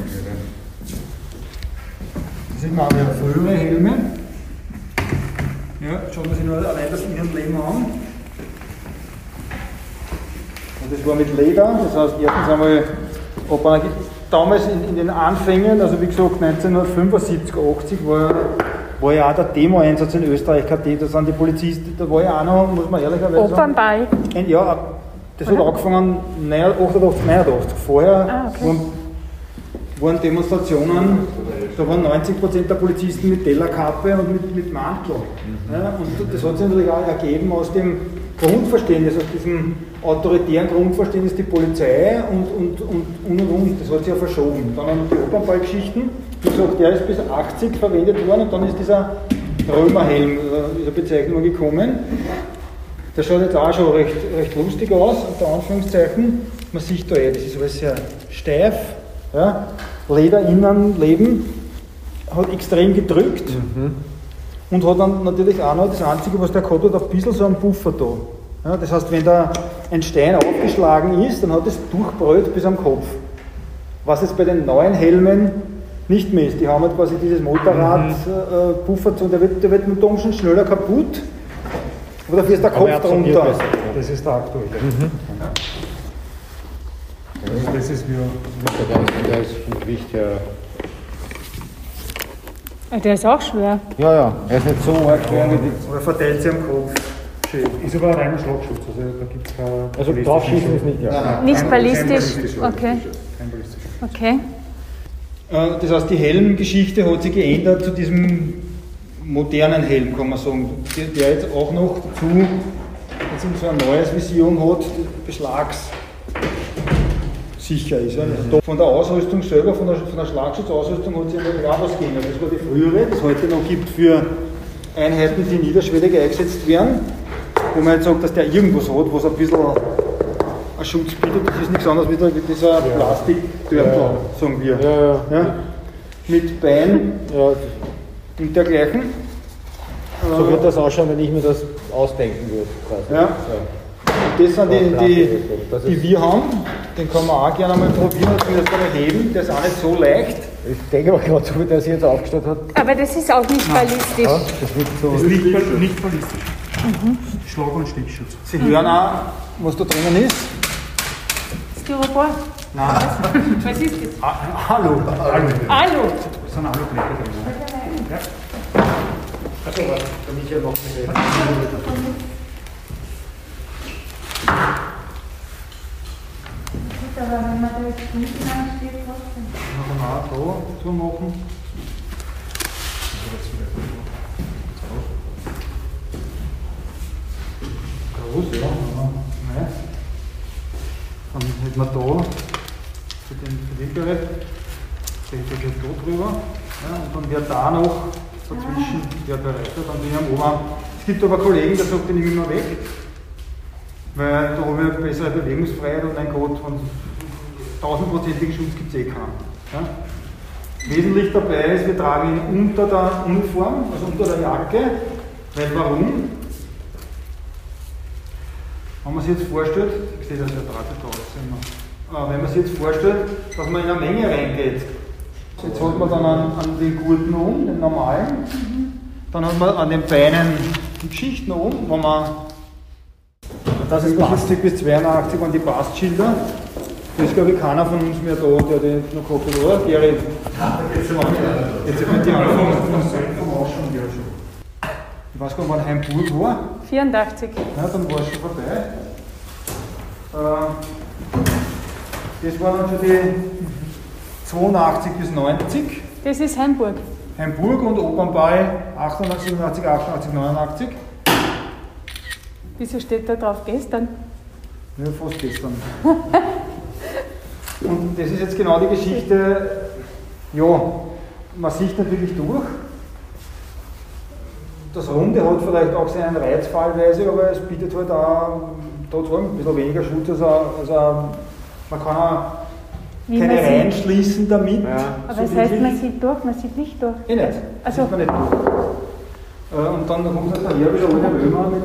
Das sind mal frühere Helme. Ja, schauen wir sich nur allein das Innenleben an. Und das war mit Leder, das heißt erstens einmal, ob man damals in, in den Anfängen, also wie gesagt neunzehnhundertfünfundsiebzig, achtzig, war, war ja auch der Demo-Einsatz in Österreich, da sind die Polizisten, da war ja auch noch, muss man ehrlicherweise sagen. Opernball. Ein, ja, das Oder? hat angefangen achtundachtzig, neunundachtzig. Vorher ah, okay. waren, waren Demonstrationen, da waren neunzig Prozent der Polizisten mit Tellerkappe und mit, mit Mantel. Mhm. Ja, und das hat sich natürlich auch ergeben aus dem Grundverständnis, aus diesem autoritären Grundverständnis, die Polizei und und, und, und, und, und. Das hat sich ja verschoben. Dann haben wir die Opernballgeschichten. Wie gesagt, der ist bis achtzig verwendet worden und dann ist dieser Römerhelm, dieser Bezeichnung gekommen. Der schaut jetzt auch schon recht, recht lustig aus, unter Anführungszeichen. Man sieht da eh, das ist alles sehr steif. Ja. Leder innen, Leben, hat extrem gedrückt mhm. und hat dann natürlich auch noch das Einzige, was der gehabt hat, ein bisschen so einen Puffer da. Ja, das heißt, wenn da ein Stein aufgeschlagen ist, dann hat es durchbrüllt bis am Kopf. Was jetzt bei den neuen Helmen nicht mehr ist. Die haben halt quasi dieses Motorrad-Puffer mhm. äh, zu und der wird, der wird mit dem schon schneller kaputt. Aber dafür ist der Kopf drunter. Das ist der aktuelle. Mhm. Ja. Also das ist wie der ist vom Gewicht her. Der ist auch schwer. Ja, ja, er ist nicht so arg schwer wie die. Aber er verteilt sich am Kopf. Schön. Ist aber ein reiner Schlagschutz, also da gibt es keine. Also draufschießen ist nicht, ja. Nein, nicht ballistisch. Okay. Okay. Das heißt, die Helmgeschichte hat sich geändert zu diesem modernen Helm, kann man sagen, der jetzt auch noch dazu jetzt in so eine neue Vision hat, beschlagssicher ist. Ja. Also von der Ausrüstung selber, von der, von der Schlagschutzausrüstung hat sich natürlich auch was geändert. Das war die frühere, die es heute noch gibt für Einheiten, die niederschwellig eingesetzt werden, wo man jetzt sagt, dass der irgendwas hat, was ein bisschen einen Schutz bietet. Das ist nichts anderes wie dieser ja. Plastikdörtel, ja. sagen wir. Ja, ja. Ja. Mit Bein ja. und dergleichen. So wird das ausschauen, wenn ich mir das ausdenken würde. Quasi. Ja. Das sind die, die, die wir haben. Den kann man auch gerne mal probieren und zumindest mal heben. Der ist auch nicht so leicht. Ich denke aber gerade so, wie der sich jetzt aufgestellt hat. Aber das ist auch nicht ballistisch. Ja, das wird so das ist nicht, nicht ballistisch. Mhm. Schlag- und Stichschutz. Sie hören auch, was da drinnen ist. Styropor? Nein. Was ist das? Alu. Alu. Alu. Das sind Alubleche drin. Ja. Achso, was? Kann ich ja noch nicht. Aber wenn man da jetzt nicht reinsteht, trotzdem. Kann man auch da zu machen. Groß, ja. Nein. Dann hätten wir da für den Verleggerät, der geht da drüber. Ja, und dann wird da noch dazwischen der Bereich, dann bin ich am Oberarm. Es gibt aber Kollegen, der sagt, den nehme ich immer weg, weil da habe ich eine bessere Bewegungsfreiheit und mein Gott, von tausendprozentigen Schutz gibt es eh keinen. Ja? Wesentlich dabei ist, wir tragen ihn unter der Uniform, also unter der Jacke, weil warum? Wenn man sich jetzt vorstellt, ich sehe das ja draußen da, wenn man sich jetzt vorstellt, dass man in eine Menge reingeht, jetzt hat man dann an, an den Gurten um, den normalen, mhm. Dann hat man an den Beinen die Geschichten um, wo man, das ist fünfundsiebzig bis zweiundachtzig waren die Bastschilder. Das ist, glaube ich, keiner von uns mehr da, der den noch gehabt hat, oder? Gerrit? Jetzt sind wir die anderen vom Ausschauen ja schon. Ich weiß gar nicht, wann Heimburg war. vierundachtzig. Ja, dann war es schon vorbei. Das war dann für die zweiundachtzig bis neunzig. Das ist Heimburg. Heimburg und Opernball achtundachtzig, siebenundachtzig, achtundachtzig, neunundachtzig. Wieso steht da drauf gestern? Ja, fast gestern. Und das ist jetzt genau die Geschichte, ja, man sieht natürlich durch. Das Runde hat vielleicht auch seinen Reiz fallweise, aber es bietet halt auch trotzdem ein bisschen weniger Schutz. Also, also man kann auch Wie keine reinschließen damit. Ja. Aber so das heißt, man sieht durch, man sieht nicht durch. Eh nicht, das also. sieht man nicht durch. Und dann kommt das daher wieder ohne Römer mit.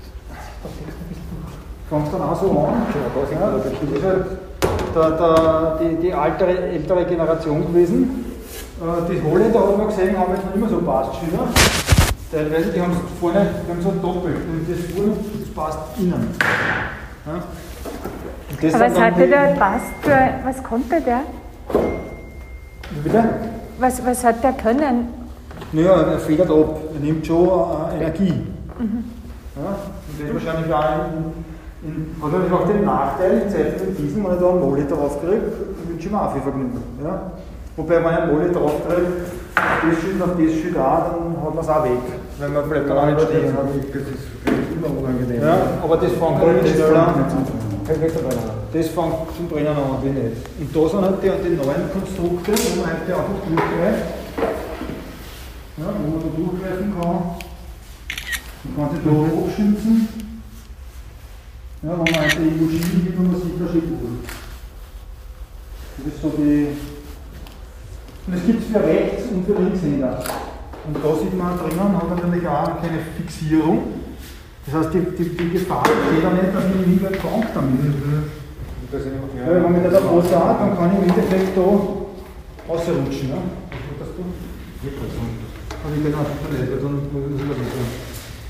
Fängt dann auch so an. Ja, das ist halt der, der, die, die altere, ältere Generation gewesen. Die Holländer, hat man gesehen, haben jetzt noch immer so Bastschilder. Teilweise, die haben es vorne, die haben so doppelt. Und das vorne, das passt innen. Ja. das Aber sind was dann hatte die- der Bast für, was konnte der? Wie bitte? Was, was hat der können? Naja, er federt ab, er nimmt schon äh, Energie. Mhm. Ja, und das ist wahrscheinlich auch in, in, hat natürlich auch den Nachteil, in Zeiten wie diesen, wenn ich da einen Molly drauf kriege, wünsche ich mir auch viel Vergnügen. Ja? Wobei, wenn ich einen Molly drauf kriege, das schütt auf das schütt auch, dann hat man es auch weg. Wenn man bleibt dann auch nicht stehen. Das ist immer unangenehm. Ja, aber das fängt Aber halt das nicht fängt an. nicht an. Fängt nicht an. Das fängt zum Brennen an, wie nicht. Und da sind halt die, die neuen Konstrukte, wo man halt einfach durchgreift. Ja, wo man da durchgreifen kann. Man kann sich da hochschützen. Ja, wenn man halt irgendwo schieben will, wenn man sich da schieben will. Das ist so die. Und es gibt es für Rechts- und für Linkshänder. Und da sieht man drinnen, hat natürlich auch keine Fixierung. Das heißt, die, die, die Gefahr besteht auch nicht, dass man im Hintergrund krank damit. Mhm. Das ist Ja, wenn man nicht auf was hat, dann kann ich im Endeffekt da rausrutschen. Ne? Was würdest du? Kann ich genau nicht, weil dann muss ich das nicht tun.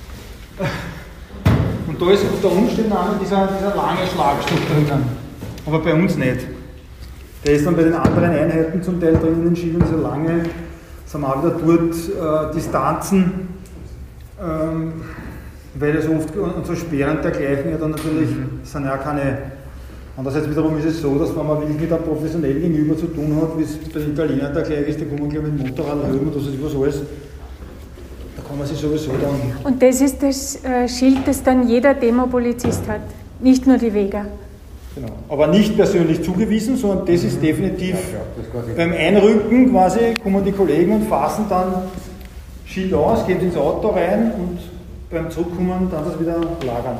Und da ist unter Umständen auch noch dieser, dieser lange Schlagstock drinnen. Aber bei uns nicht. Der ist dann bei den anderen Einheiten zum Teil drin in den Schienen so lange, sind wir auch wieder dort äh, Distanzen, ähm, weil das oft und so Sperren und dergleichen ja dann natürlich mhm. sind ja auch keine. Andererseits wiederum ist es so, dass wenn man wirklich mit einem professionellen Gegenüber zu tun hat, wie es bei den Italienern dergleichen ist, da kann man gleich mit dem Motorrad rüber und das ist was alles. Da kann man sich sowieso dann. Und das ist das äh, Schild, das dann jeder Demopolizist hat, nicht nur die Weger. Genau. Aber nicht persönlich zugewiesen, sondern das ist definitiv Ja, ja, das quasi beim Einrücken quasi kommen die Kollegen und fassen dann Schild aus, gehen ins Auto rein und beim Zurückkommen dann das wieder lagern.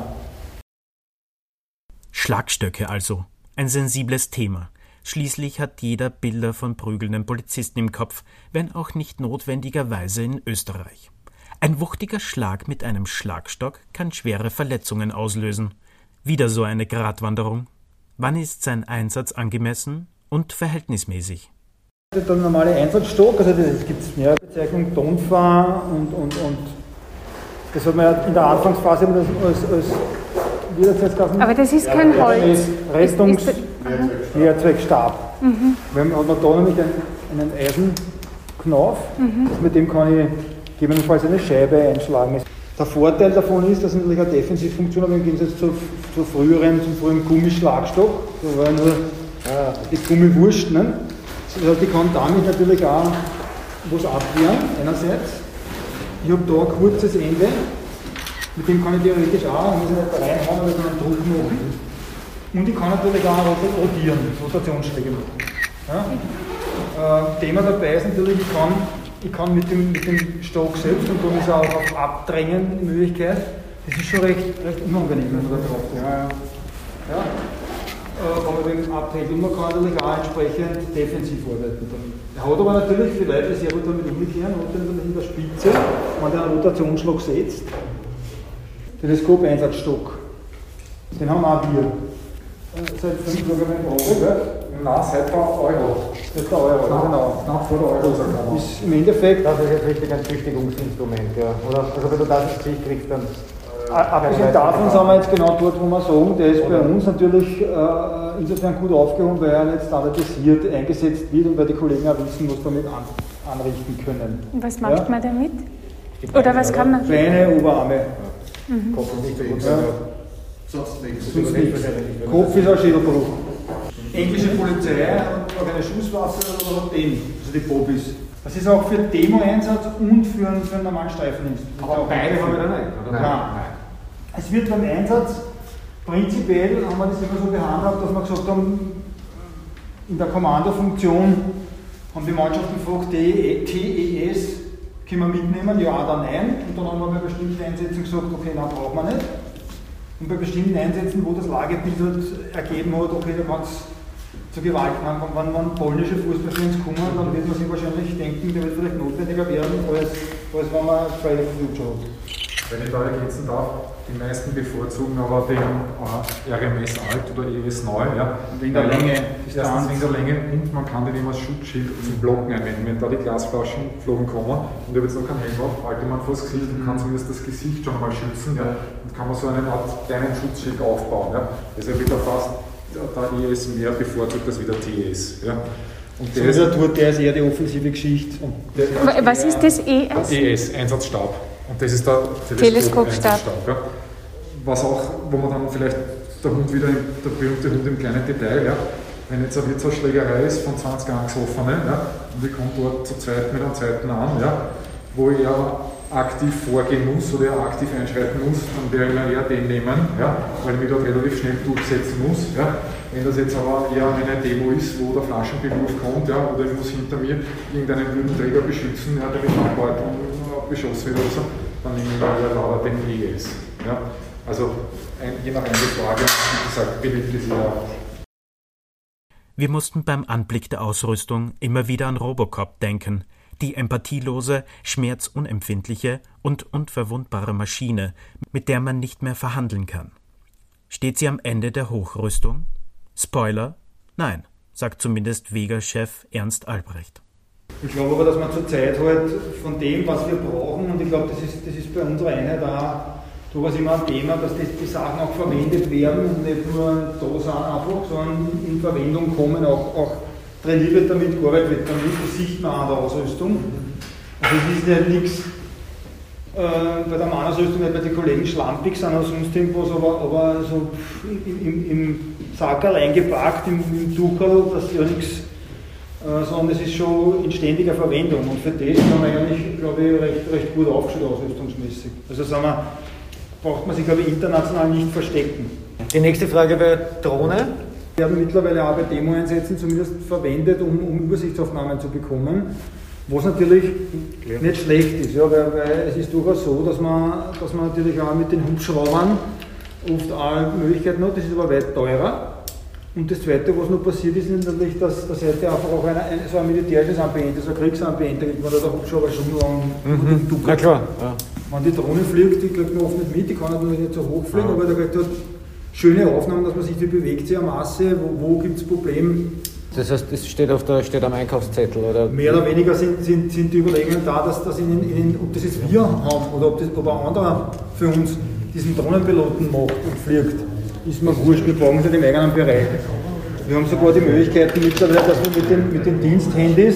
Schlagstöcke also. Ein sensibles Thema. Schließlich hat jeder Bilder von prügelnden Polizisten im Kopf, wenn auch nicht notwendigerweise in Österreich. Ein wuchtiger Schlag mit einem Schlagstock kann schwere Verletzungen auslösen. Wieder so eine Gratwanderung. Wann ist sein Einsatz angemessen und verhältnismäßig? Der normale Einsatzstock, also es gibt mehrere Bezeichnungen, Tonfa und, und, und das hat man ja in der Anfangsphase als, als, als wie das jetzt gesagt, Aber das ist kein ja, Holz. Rettungs-Lehrzeugsstab. Mhm. Weil hat man da nämlich einen, einen Eisenknauf, mhm. mit dem kann ich gegebenenfalls eine Scheibe einschlagen. Der Vorteil davon ist, dass es natürlich eine Defensivfunktion hat, im Gegensatz zu, zu früheren, zum früheren Gummischlagstock. Da war ja nur äh, die Gummiwurst. Ne? Das heißt, ich kann damit natürlich auch was abwehren, einerseits. Ich habe da ein kurzes Ende, mit dem kann ich theoretisch auch, muss ich nicht reinhauen, aber ich kann einen Druck machen. Und ich kann natürlich auch rotieren, Rotationsschläge machen. Ja? Äh, Thema dabei ist natürlich, ich kann, ich kann mit, dem, mit dem Stock selbst, und dann ist auch auf Abdrängen die Möglichkeit, das ist schon recht, recht unangenehm, wenn man da drauf kommt. Ja, ja. Ja? Äh, wenn man den abdreht, und man kann natürlich auch entsprechend defensiv arbeiten. Er hat aber natürlich für Leute, die sehr gut damit umkehren, hat er natürlich in der Spitze, wenn der einen Rotationsschlag setzt, Teleskop-Einsatzstock. Den haben auch wir. Seit fünf Jahren im Euro, gell? Nein, seit der Euro. Das ist der Euro, Knapp, genau. knapp vor der Euro sogar. Ist im Endeffekt, Das ist jetzt richtig ein Züchtigungsinstrument, ja. Oder? Also wenn du das ins Gesicht kriegst, dann. abgesehen davon sind wir jetzt genau dort, wo wir sagen, der ist bei uns natürlich äh, insofern gut aufgehoben, weil er nicht standardisiert eingesetzt wird und weil die Kollegen auch wissen, was damit an, anrichten können. Und was macht Ja? man damit? Oder was kann man? Beine, Oberarme. Mhm. Kopf ist nicht so gut. Ja. Sonst nichts. Sonst nichts. Kopf ist ein Schädelbruch. Englische Polizei hat auch eine Schusswaffe oder hat den, also die Bobis. Das ist auch für Demo-Einsatz und für einen, für einen normalen Streifendienst. Aber beide haben wir da nicht, oder? Nein. Nein. Es wird beim Einsatz, prinzipiell haben wir das immer so gehandhabt, dass wir gesagt haben, in der Kommandofunktion haben die Mannschaften gefragt, T E S, können wir mitnehmen, ja oder nein? Und dann haben wir bei bestimmten Einsätzen gesagt, okay, nein, brauchen wir nicht. Und bei bestimmten Einsätzen, wo das Lagebild halt ergeben hat, okay, da kann es zu Gewalt kommen. Wenn man polnische Fußballfans kommen, dann wird man sich wahrscheinlich denken, der wird vielleicht notwendiger werden, als, als wenn man Friday for Future hat. Wenn ich da ergänzen darf, die meisten bevorzugen aber den äh, R M S alt oder E S neu. Ja. Wegen der Länge, Erstens wegen der Länge und man kann den eben als Schutzschild zum Blocken einwenden. Wenn da die Glasflaschen geflogen kommen und ich habe jetzt noch keinen Helm auf, halte man vor das Gesicht und kann zumindest das Gesicht schon mal schützen, ja. Und kann man so eine Art kleinen Schutzschild aufbauen. Ja. Deshalb wird er fast der E S mehr bevorzugt als wie der T S. Ja. Und der, so ist tut, der ist eher die offensive Geschichte. Und der Was ist das E S? E S, Einsatzstab. Und das ist der Teleskopstab. Teleskop ja. Was auch, wo man dann vielleicht der Hund wieder, der berühmte Hund im kleinen Detail, ja. Wenn jetzt eine Wirtshausschlägerei ist von zwanzig Angstoffenen, ja, und ich komme dort zu zweit mit einem zweiten an, ja, wo ich ja aktiv vorgehen muss oder aktiv einschreiten muss, dann werde ich mir eher den nehmen, ja, weil ich mich dort relativ schnell durchsetzen muss. Ja. Wenn das jetzt aber eher eine Demo ist, wo der Flaschenbewurf kommt, ja, oder ich muss hinter mir irgendeinen Würdenträger beschützen, ja, der mit einem Beutel beschossen wird oder so, dann nehme ich mir eher lauter den E S. Ja. Also ein, je nach Frage, wie gesagt, beliebt ist ja. Wir mussten beim Anblick der Ausrüstung immer wieder an Robocop denken, die empathielose, schmerzunempfindliche und unverwundbare Maschine, mit der man nicht mehr verhandeln kann. Steht sie am Ende der Hochrüstung? Spoiler? Nein, sagt zumindest Vega-Chef Ernst Albrecht. Ich glaube aber, dass man zurzeit halt von dem, was wir brauchen, und ich glaube, das ist, das ist bei unserer Einheit auch durchaus immer ein Thema, dass die, die Sachen auch verwendet werden und nicht nur da sind einfach, sondern in Verwendung kommen, auch, auch trainiert wird damit, gearbeitet wird damit, das sieht man an der Ausrüstung. Also es ist nicht nichts äh, bei der Mannausrüstung, nicht weil die Kollegen schlampig sind oder sonst irgendwas, aber, aber so im, im, im Sackerl eingepackt, im, im Tucherl, das ist ja nichts, äh, sondern es ist schon in ständiger Verwendung und für das sind wir eigentlich, glaube ich, recht, recht gut aufgestellt ausrüstungsmäßig. Also sagen wir, braucht man sich, glaube ich, international nicht verstecken. Die nächste Frage wäre Drohne. Wir haben mittlerweile auch bei Demo-Einsätzen zumindest verwendet, um, um Übersichtsaufnahmen zu bekommen, was natürlich ja. nicht schlecht ist, ja, weil, weil es ist durchaus so, dass man, dass man natürlich auch mit den Hubschraubern oft alle Möglichkeiten hat, das ist aber weit teurer. Und das Zweite, was noch passiert ist, ist natürlich, dass, dass heute einfach auch eine, ein, so ein militärisches Ambiente, so ein Kriegsambiente gibt, man da der Hubschrauber schon lang mhm. duckert. Na klar. Ja. Wenn die Drohne fliegt, die kriegt man oft nicht mit, die kann natürlich nicht so hoch fliegen, ja. aber da kriegt halt schöne Aufnahmen, dass man sieht, wie bewegt sie am Masse, wo, wo gibt es Probleme. Das heißt, das steht, auf der, steht am Einkaufszettel, oder? Mehr oder weniger sind, sind, sind die Überlegungen da, dass, dass in, in, ob das jetzt wir haben oder ob, das, ob ein anderer für uns diesen Drohnenpiloten macht und fliegt, ist mir wurscht, wir brauchen es nicht im eigenen Bereich. Wir haben sogar die Möglichkeiten mittlerweile, dass wir mit den, mit den Diensthandys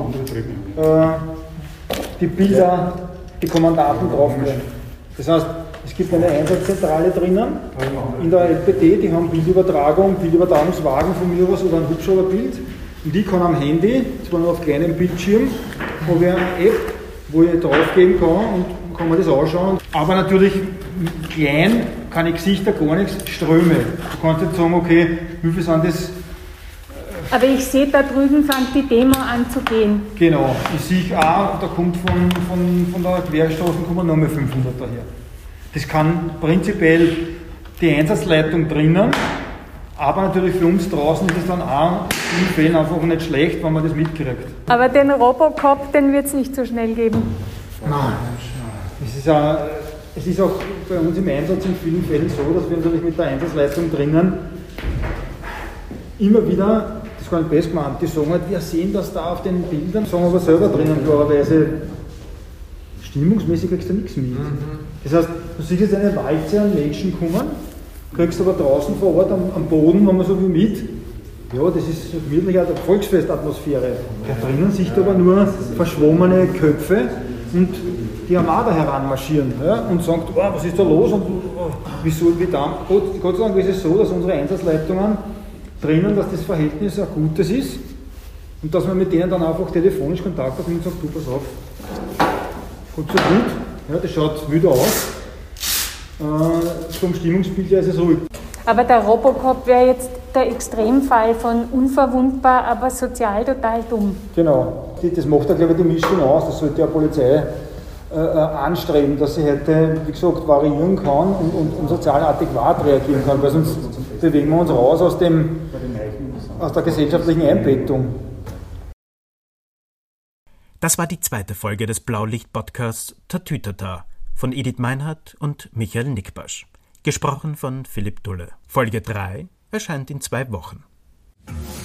äh, die Bilder, die Kommandanten draufkriegen. Das heißt, es gibt eine Einsatzzentrale drinnen in der L P D, die haben Bildübertragung, Bildübertragungswagen von mir aus oder ein Hubschrauberbild. Und ich kann am Handy, zwar nur auf kleinem Bildschirm, habe ich eine App, wo ich draufgehen kann und kann mir das anschauen. Aber natürlich klein kann ich Gesichter gar nichts, Ströme. Du kannst jetzt sagen, okay, wie viel sind das? Aber ich sehe, da drüben fängt die Demo an zu gehen. Genau, ich sehe auch, da kommt von, von, von der Querstraße kommen noch mehr fünfhundert daher. Das kann prinzipiell die Einsatzleitung drinnen, aber natürlich für uns draußen ist es dann auch in Fällen einfach nicht schlecht, wenn man das mitkriegt. Aber den Robocop, den wird es nicht so schnell geben. Nein, es ist, auch, es ist auch bei uns im Einsatz in vielen Fällen so, dass wir natürlich mit der Einsatzleitung drinnen immer wieder, das ist gar nicht besser gemeint, die sagen halt, wir sehen das da auf den Bildern, sagen aber selber drinnen klarerweise, stimmungsmäßig kriegst du nichts mit. Das heißt, du siehst jetzt eine Walze an Menschen kommen, kriegst aber draußen vor Ort am, am Boden, wenn man so wie mit, ja, das ist wirklich eine Volksfestatmosphäre. Da drinnen siehst du aber nur verschwommene Köpfe und die Armada heranmarschieren, ja, und sagt, oh, was ist da los und oh, wieso, wie da. Gott, Gott sei Dank ist es so, dass unsere Einsatzleitungen drinnen, dass das Verhältnis ein gutes ist und dass man mit denen dann einfach telefonisch Kontakt hat und sagt, du, pass auf, gut so gut, ja, das schaut müde aus, äh, vom Stimmungsbild her ist es ruhig. Aber der Robocop wäre jetzt der Extremfall von unverwundbar, aber sozial total dumm. Genau, das macht ja, glaube ich, die Mischung aus, das sollte ja Polizei äh, anstreben, dass sie heute, wie gesagt, variieren kann und, und, und sozial adäquat reagieren kann, weil sonst bewegen wir uns raus aus, dem, aus der gesellschaftlichen Einbettung. Das war die zweite Folge des Blaulicht-Podcasts Tatütata von Edith Meinhardt und Michael Nickbasch. Gesprochen von Philipp Dulle. Folge drei erscheint in zwei Wochen.